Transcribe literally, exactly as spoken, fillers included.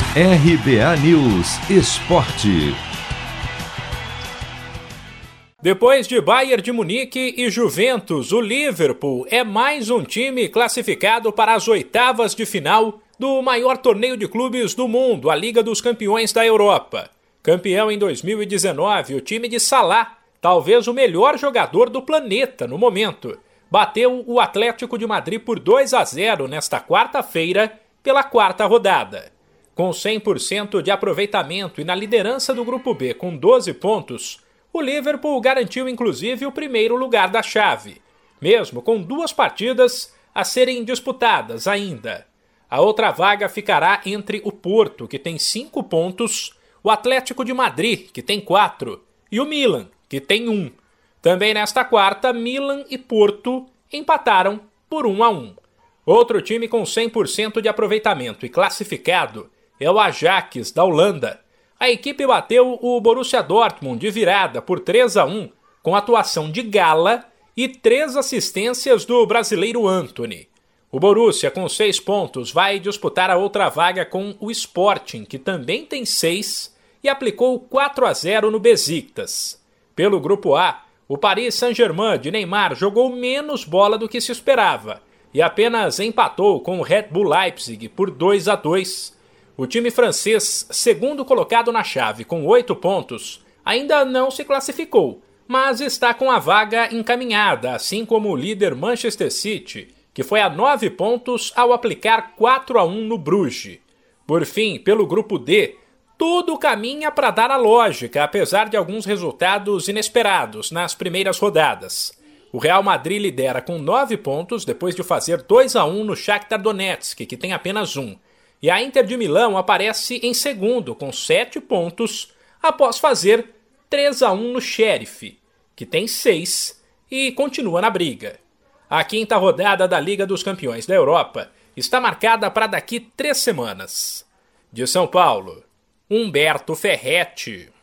R B A News Esporte. Depois de Bayern de Munique e Juventus, o Liverpool é mais um time classificado para as oitavas de final do maior torneio de clubes do mundo, a Liga dos Campeões da Europa. Campeão em dois mil e dezenove, o time de Salah, talvez o melhor jogador do planeta no momento, bateu o Atlético de Madrid por dois a zero nesta quarta-feira pela quarta rodada. Com cem por cento de aproveitamento e na liderança do Grupo B com doze pontos, o Liverpool garantiu inclusive o primeiro lugar da chave, mesmo com duas partidas a serem disputadas ainda. A outra vaga ficará entre o Porto, que tem cinco pontos, o Atlético de Madrid, que tem quatro, e o Milan, que tem um. Também nesta quarta, Milan e Porto empataram por um a um. Outro time com cem por cento de aproveitamento e classificado é o Ajax, da Holanda. A equipe bateu o Borussia Dortmund de virada por três a um, com atuação de Gala e três assistências do brasileiro Antony. O Borussia, com seis pontos, vai disputar a outra vaga com o Sporting, que também tem seis, e aplicou quatro a zero no Besiktas. Pelo Grupo A, o Paris Saint-Germain de Neymar jogou menos bola do que se esperava e apenas empatou com o Red Bull Leipzig por dois a dois. O time francês, segundo colocado na chave com oito pontos, ainda não se classificou, mas está com a vaga encaminhada, assim como o líder Manchester City, que foi a nove pontos ao aplicar quatro a um no Bruges. Por fim, pelo Grupo D, tudo caminha para dar a lógica, apesar de alguns resultados inesperados nas primeiras rodadas. O Real Madrid lidera com nove pontos depois de fazer dois a um no Shakhtar Donetsk, que tem apenas um. E a Inter de Milão aparece em segundo, com sete pontos, após fazer três a um no Sheriff, que tem seis e continua na briga. A quinta rodada da Liga dos Campeões da Europa está marcada para daqui três semanas. De São Paulo, Humberto Ferretti.